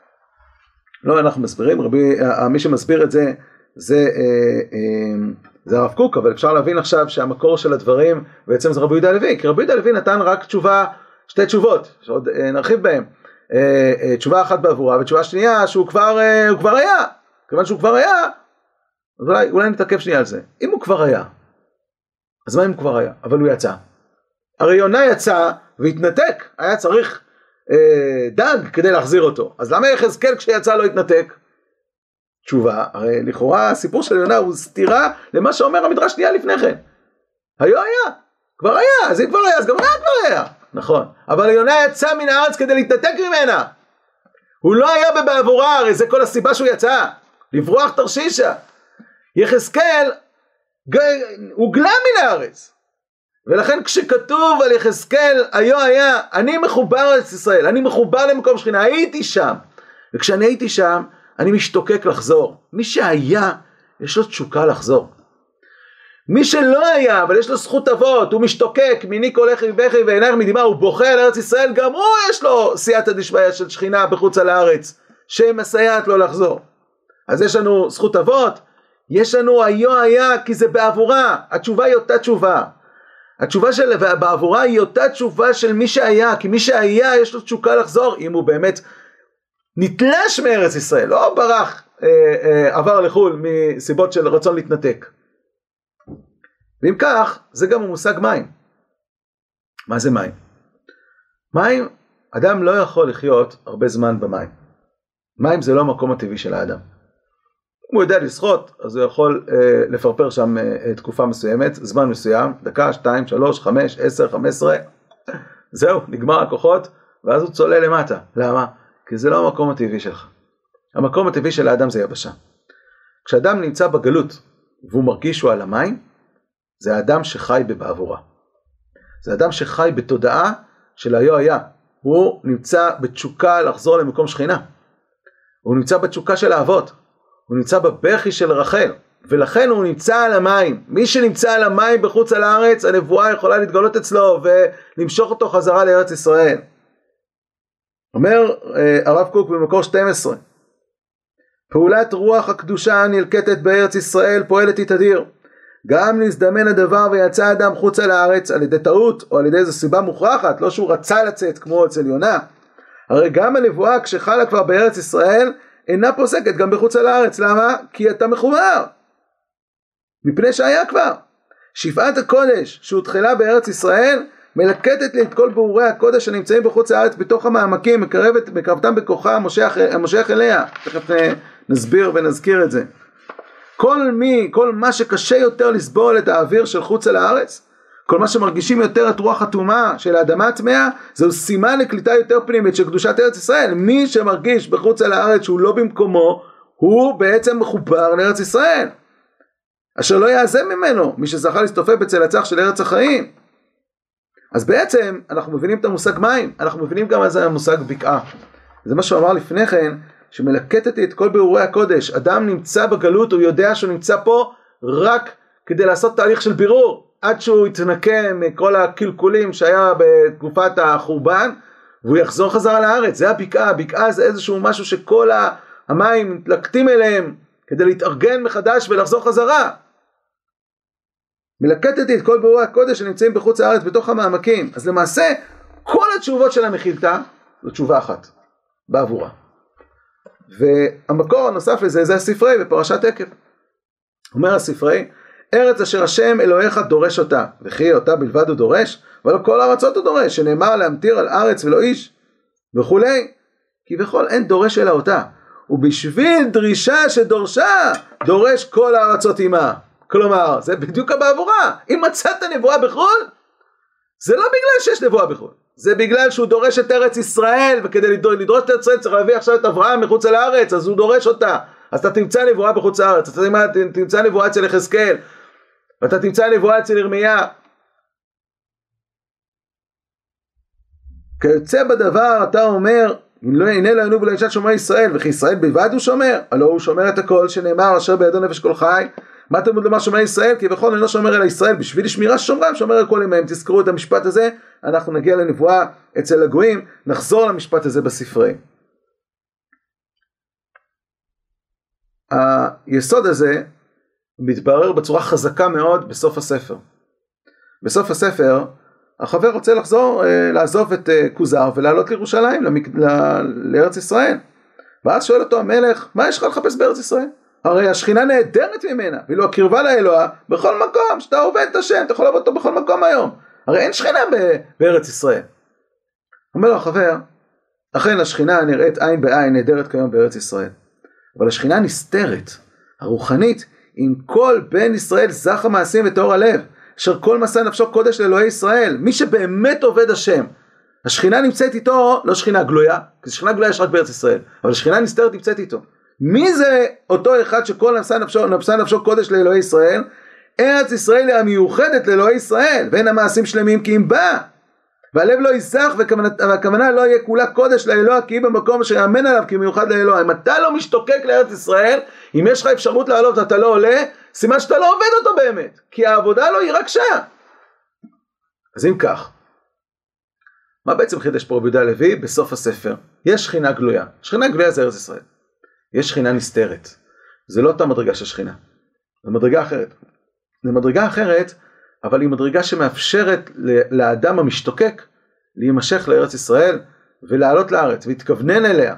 לא אנחנו מסבירים, רבי, מי שמסביר את זה, זה, אה, אה, זה הרב קוק, אבל אפשר להבין עכשיו שהמקור של הדברים בעצם זה רבי יהודה הלוי, כי רבי יהודה הלוי נתן רק תשובה, שתי תשובות, שעוד אה, נרחיב בהם, אה, אה, תשובה אחת בעבורה ותשובה שנייה שהוא כבר, אה, הוא כבר היה, כיוון שהוא כבר היה, אז אולי, אולי נתעכב שנייה על זה, אם הוא כבר היה, אז מה אם הוא כבר היה, אבל הוא יצא, הרי יונה יצא והתנתק, היה צריך אה, דג כדי להחזיר אותו, אז למה יחזקאל כשיצא לא התנתק? תשובה, הרי לכאורה הסיפור של יונה הוא סתירה למה שאומר המדרש שנייה לפני כן. היו היה, כבר היה, אז אם כבר היה, אז גם היה כבר היה. נכון, אבל יונה יצא מן הארץ כדי להתנתק ממנה. הוא לא היה בבעבורה, הרי זה כל הסיבה שהוא יצא, לברוח תרשישה. יחזקאל הוגלה מן הארץ. ולכן כשכתוב על יחזקאל, היו היה, אני מחובר לארץ ישראל, אני מחובר למקום שכינה, הייתי שם. וכשאני הייתי שם, אני משתוקק לחזור. מי שהיה, יש לו תשוקה לחזור. מי שלא היה, אבל יש לו זכות אבות, הוא משתוקק, מיני קולך מבכי ועיניך מדמעה, הוא בוכה על ארץ ישראל, גם הוא יש לו סייעתא דשמיא של שכינה בחוץ על הארץ, שמסייעת לו לחזור. אז יש לנו זכות אבות, יש לנו היו היה, כי זה בעבורה, התשובה היא אותה תשובה. התשובה של בעבורה היא אותה תשובה של מי שהיה, כי מי שהיה יש לו תשוקה לחזור, אם הוא באמת נתלש מארץ ישראל, לא ברח, אה, אה, עבר לחול מסיבות של רצון להתנתק. ואם כך, זה גם המושג מים. מה זה מים? מים, אדם לא יכול לחיות הרבה זמן במים. מים זה לא המקום הטבעי של האדם. אם הוא יודע לשחות, אז הוא יכול אה, לפרפר שם אה, תקופה מסוימת, זמן מסוים, דקה, שתיים, שלוש, חמש, עשר, חמש עשרה, זהו, נגמר הכוחות, ואז הוא צולל למטה. למה? כי זה לא המקום הטבעי שלך. המקום הטבעי של האדם זה יבשה. כשאדם נמצא בגלות, והוא מרגיש שהוא על המים, זה האדם שחי בבעבורה. זה האדם שחי בתודעה של היו היה. הוא נמצא בתשוקה לחזור למקום שכינה. הוא נמצא בתשוקה של האבות. הוא נמצא בבכי של רחל. ולכן הוא נמצא על המים. מי שנמצא על המים בחוץ על הארץ, הנבואה יכולה להתגלות אצלו ולמשוך אותו חזרה לארץ ישראל. אומר הרב קוק במקור שתים עשרה, פעולת רוח הקדושה הנלקטת בארץ ישראל פועלת תדיר. גם נזדמן הדבר ויצא אדם חוצה לארץ על ידי טעות או על ידי איזו סיבה מוכרחת, לא שהוא רצה לצאת כמו אצל יונה. הרי גם הנבואה כשחלה כבר בארץ ישראל אינה פוסקת גם בחוץ לארץ. למה? כי אתה מחובר. מפני שהיה כבר. שפעת הקודש שהותחלה בארץ ישראל מלקטת לי את כל ברורי הקודש שנמצאים בחוץ לארץ בתוך המעמקים, מקרבת, מקרבתם בכוחה המושך, המושך אליה. תכף נסביר ונזכיר את זה. כל מי, כל מה שקשה יותר לסבול את האוויר של חוץ על הארץ, כל מה שמרגישים יותר את רוח הטומאה של האדמה הטמאה, זהו סימן לקליטה יותר פנימית של קדושת ארץ ישראל. מי שמרגיש בחוץ על הארץ שהוא לא במקומו, הוא בעצם מחובר לארץ ישראל. אשר לא יעזב ממנו, מי שזכה להסתופף בצל הצח של ארץ החיים. אז בעצם אנחנו מבינים את המושג מים, אנחנו מבינים גם מה זה המושג בקעה. זה מה שהוא אמר לפני כן, שמלקטתי את כל ברורי הקודש. אדם נמצא בגלות, הוא יודע שהוא נמצא פה רק כדי לעשות תהליך של בירור, עד שהוא יתנקה מכל הקלקולים שהיה בתקופת החורבן, והוא יחזור חזרה לארץ. זה הבקעה. הבקעה זה איזשהו משהו שכל המים מתלקטים אליהם, כדי להתארגן מחדש ולחזור חזרה. מלקטתי את כל ברורי הקודש שנמצאים בחוץ הארץ בתוך המעמקים. אז למעשה כל התשובות של המחילתא זו תשובה אחת בעבורה. והמקור הנוסף לזה זה הספרי בפרשת עקב. אומר הספרי, ארץ אשר השם אלוהיך דורש אותה, וכי אותה בלבד הוא דורש, אבל כל הארצות הוא דורש, שנאמר להמטיר על ארץ ולא איש וכולי, כי בכל אין דורש אלא אותה, ובשביל דרישה שדורשה דורש כל הארצות עמה. כלומר, זה בדיוק הבעבורה. אם מצאת נבואה בחול, זה לא בגלל שיש נבואה בחו"ל, זה בגלל שהוא דורש את ארץ ישראל, וכדי לדרוש את ארץ ישראל צריך להביא עכשיו את אברהם מחוץ לארץ, אז הוא דורש אותה. אז אתה תמצא נבואה בחוץ לארץ, אתה תמצא נבואה אצל יחזקאל, ואתה תמצא נבואה אצל ירמיה. כיוצא בדבר אתה אומר, הנה לא ינו ולא ישת שומרי ישראל, וכי ישראל בלבד הוא שומר, הלא הוא שומר את הכל שנאמר אשר בידו נפש כל חי. מה תלמוד לומר שומרי ישראל? כי בכל אינו שומר אלא ישראל, בשביל שמירה שומרם שומר על כל ימיהם. תזכרו את המשפט הזה, אנחנו נגיע לנבואה אצל הגויים, נחזור למשפט הזה בספרי. היסוד הזה מתברר בצורה חזקה מאוד בסוף הספר. בסוף הספר החבר רוצה לחזור, לעזוב את כוזר ולעלות לירושלים, לארץ ישראל. ואז שואל אותו המלך, מה יש לך לחפש בארץ ישראל? הרי השכינה נהדרת ממנה, ואילו הקרבה לאלוה בכל מקום, שאתה עובד את השם, אתה יכול לעבוד אותו בכל מקום היום. הרי אין שכינה בארץ ישראל. אומר לו החבר, אכן השכינה נראית עין בעין, נהדרת כיום בארץ ישראל. אבל השכינה נסתרת, הרוחנית, עם כל בן ישראל זך המעשים וטהור הלב, אשר כל מסע נפשו קודש לאלוהי ישראל. מי שבאמת עובד השם, השכינה נמצאת איתו, לא שכינה גלויה, כי שכינה גלויה יש רק בארץ ישראל, אבל השכינה נסתרת נמצאת איתו. מי זה אותו אחד שכל מסע נפשו, מסע נפשו קודש לאלוהי ישראל? ארץ ישראל היא המיוחדת לאלוהי ישראל, ואין המעשים שלמים כי אם בא, והלב לא ייסח, והכוונה לא יהיה כולה קודש לאלוה, כי היא במקום אשר יאמן עליו כי מיוחד לאלוה. אם אתה לא משתוקק לארץ ישראל, אם יש לך אפשרות לעלות ואתה לא עולה, סימן שאתה לא עובד אותו באמת, כי העבודה לא היא רק שעה. אז אם כך, מה בעצם חידש פה רבי יהודה הלוי בסוף הספר? יש שכינה גלויה, שכינה גלויה זה ארץ ישראל, יש שכינה נסתרת, זה לא אותה מדרגה של שכינה, זה מדרגה אחרת, זה מדרגה אחרת, אבל היא מדרגה שמאפשרת לאדם המשתוקק להימשך לארץ ישראל ולעלות לארץ והתכוונן אליה.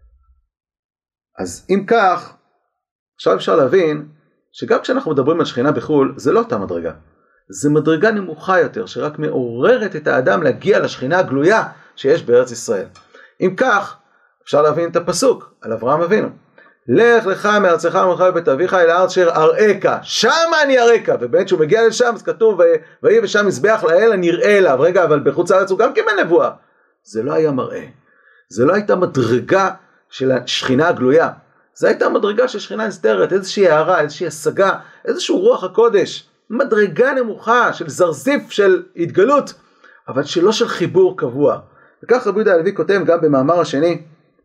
אז אם כך, עכשיו אפשר להבין שגם כשאנחנו מדברים על שכינה בחול, זה לא אותה מדרגה, זה מדרגה נמוכה יותר שרק מעוררת את האדם להגיע לשכינה הגלויה שיש בארץ ישראל. אם כך, אפשר להבין את הפסוק על אברהם אבינו, לך לך מארצך וממך מבית אביך אל הארץ אשר אראך, שם אני אראך. ובאמת שהוא מגיע לשם אז כתוב ויהי ושם מזבח לאל הנראה אליו. רגע, אבל בחוץ לארץ הוא גם קיבל נבואה. זה לא היה מראה, זה לא הייתה מדרגה של השכינה הגלויה, זה הייתה מדרגה של שכינה נסתרת, איזושהי הערה, איזושהי השגה, איזשהו רוח הקודש, מדרגה נמוכה של זרזיף של התגלות, אבל שלא של חיבור קבוע. וכך רבי יהודה הלוי כותב גם במאמר השני,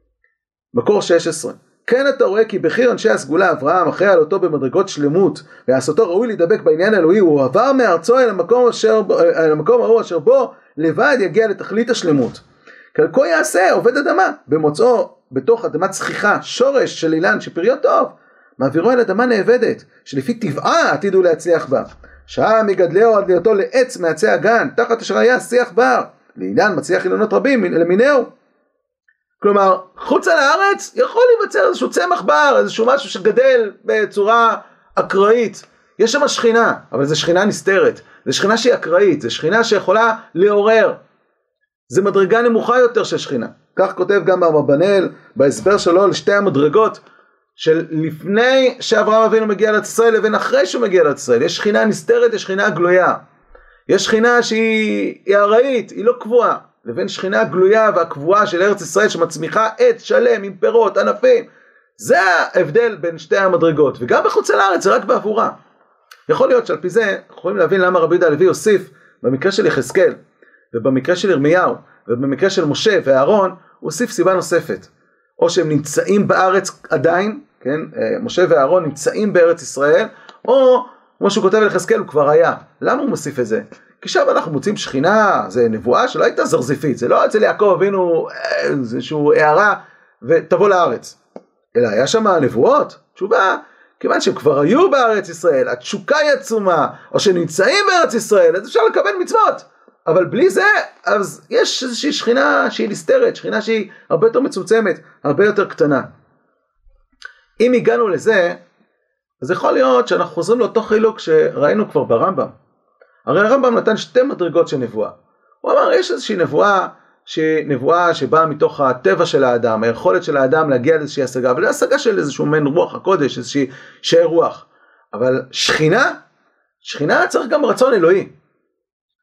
מקור שש עשרה, כן אתה רואה כי בחיר אנשי הסגולה אברהם אחרי עלותו במדרגות שלמות ועשותו ראוי להידבק בעניין האלוהי, הוא עבר מארצו אל המקום, אשר, אל המקום ההוא אשר בו לבד יגיע לתכלית השלמות. כלכו יעשה עובד אדמה במוצאו בתוך אדמה צחיחה, שורש של אילן שפריו טוב, מעבירו אל אדמה נאבדת שלפי טבעה עתידו להצליח בה, שעה מגדלהו עד להיותו לעץ מעצי הגן תחת אשר היה שיח בר, לאילן מצליח אילונות רבים למינהו. כלומר, חוץ על הארץ יכול להיווצר איזשהו צמח בר, איזשהו משהו שגדל בצורה אקראית. יש שם שכינה, אבל זו שכינה נסתרת. זו שכינה שהיא אקראית, זו שכינה שיכולה לעורר. זו מדרגה נמוכה יותר של שכינה. כך כותב גם אברבנאל בהסבר שלו לשתי המדרגות, של לפני שאברהם אבינו מגיע לארץ ישראל לבין אחרי שהוא מגיע לארץ ישראל. יש שכינה נסתרת, יש שכינה גלויה. יש שכינה שהיא ארעית, היא לא קבועה. לבין שכינה הגלויה והקבועה של ארץ ישראל שמצמיחה עץ שלם עם פירות, ענפים. זה ההבדל בין שתי המדרגות, וגם בחוץ לארץ זה רק בעבורה. יכול להיות שעל פי זה יכולים להבין למה רבי יהודה הלוי הוסיף במקרה של יחזקאל ובמקרה של ירמיהו ובמקרה של משה ואהרון, הוא הוסיף סיבה נוספת, או שהם נמצאים בארץ עדיין, כן? משה ואהרון נמצאים בארץ ישראל, או כמו שהוא כותב על יחזקאל הוא כבר היה. למה הוא מוסיף את זה? כי שם אנחנו מוצאים שכינה, זה נבואה שלא הייתה זרזיפית, זה לא אצל יעקב אבינו איזשהו הערה ותבוא לארץ, אלא היה שם נבואות, תשובה, כיוון שהם כבר היו בארץ ישראל, התשוקה היא עצומה, או שנמצאים בארץ ישראל, אז אפשר לקבל מצוות, אבל בלי זה, אז יש איזושהי שכינה שהיא נסתרת, שכינה שהיא הרבה יותר מצומצמת, הרבה יותר קטנה. אם הגענו לזה, אז יכול להיות שאנחנו חוזרים לאותו חילוק שראינו כבר ברמב"ם. הרי הרמב"ם נתן שתי מדרגות של נבואה. הוא אמר, יש איזושהי נבואה, נבואה שבאה מתוך הטבע של האדם, היכולת של האדם להגיע לאיזושהי השגה, אבל השגה של איזשהו מן רוח הקודש, איזושהי שאר רוח. אבל שכינה, שכינה צריך גם רצון אלוהי.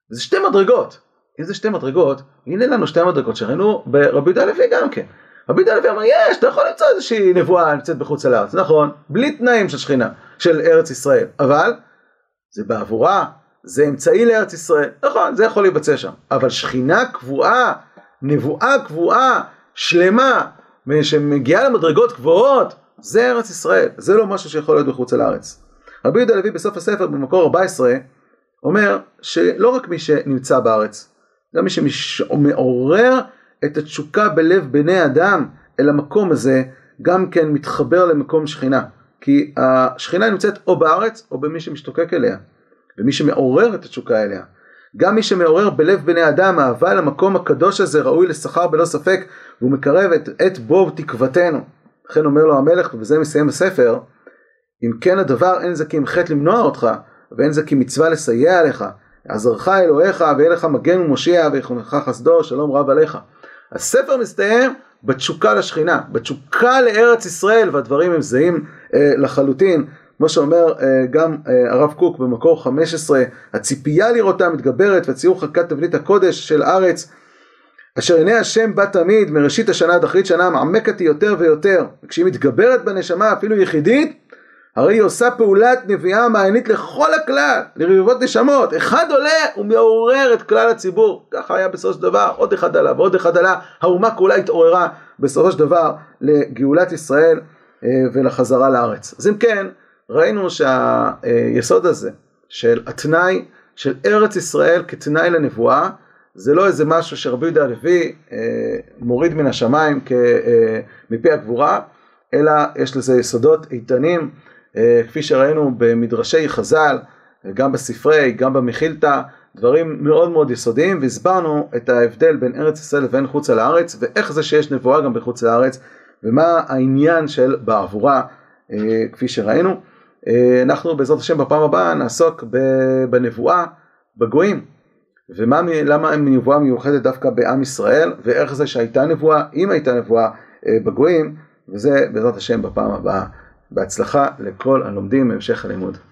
זה שתי מדרגות. אם זה שתי מדרגות, הנה לנו שתי מדרגות שראינו ברבי יהודה הלוי גם כן. רבי יהודה הלוי אמר, יש, אתה יכול למצוא איזושהי נבואה נמצאת בחוץ לארץ, נכון, בלי תנאים של שכינה, של ארץ ישראל, אבל זה בעבורה, זה אמצעי לארץ ישראל, נכון, זה יכול להיבצע שם, אבל שכינה קבועה, נבואה קבועה, שלמה, שמגיעה למדרגות גבוהות, זה ארץ ישראל, זה לא משהו שיכול להיות בחוץ לארץ. רבי יהודה הלוי בסוף הספר במקור ארבע עשרה, אומר שלא רק מי שנמצא בארץ, גם מי שמעורר את התשוקה בלב בני אדם אל המקום הזה, גם כן מתחבר למקום שכינה. כי השכינה נמצאת או בארץ או במי שמשתוקק אליה, ומי שמעורר את התשוקה אליה. גם מי שמעורר בלב בני אדם אהבה למקום הקדוש הזה ראוי לשכר בלא ספק, והוא מקרב את, את בוב תקוותנו. לכן אומר לו המלך, ובזה מסיים הספר, אם כן הדבר אין זה כי אם חטא למנוע אותך, ואין זה כי מצווה לסייע לך, עזרך אלוהיך ויהיה לך מגן ומושיע ויחונך חסדו שלום רב עליך. הספר מסתיים בתשוקה לשכינה, בתשוקה לארץ ישראל, והדברים הם זהים אה, לחלוטין, כמו שאומר אה, גם אה, הרב קוק במקור חמש עשרה, הציפייה לראותה מתגברת וציור חלקת תבנית הקודש של ארץ, אשר עיני השם בה תמיד מראשית השנה עד אחרית שנה מעמקת יותר ויותר, וכשהיא מתגברת בנשמה אפילו יחידית, הרי היא עושה פעולת נביאה מעיינית לכל הכלל, לרבבות נשמות, אחד עולה ומעורר את כלל הציבור, ככה היה בסופו של דבר, עוד אחד עלה ועוד אחד עלה, האומה כולה התעוררה בסופו של דבר לגאולת ישראל ולחזרה לארץ. אז אם כן, ראינו שהיסוד הזה של התנאי של ארץ ישראל כתנאי לנבואה, זה לא איזה משהו שרבי יהודה הלוי מוריד מן השמיים מפי הגבורה, אלא יש לזה יסודות איתנים, כפי שראינו במדרשי חז"ל, גם בספרי, גם במחילתא, דברים מאוד מאוד יסודיים, והסברנו את ההבדל בין ארץ ישראל לבין חוץ לארץ, ואיך זה שיש נבואה גם בחוץ לארץ, ומה העניין של בעבורה, כפי שראינו. אנחנו בעזרת השם בפעם הבאה נעסוק בנבואה בגויים, ולמה נבואה מיוחדת דווקא בעם ישראל, ואיך זה שהייתה נבואה, אם הייתה נבואה בגויים, וזה בעזרת השם בפעם הבאה. בהצלחה לכל הלומדים בהמשך הלימוד.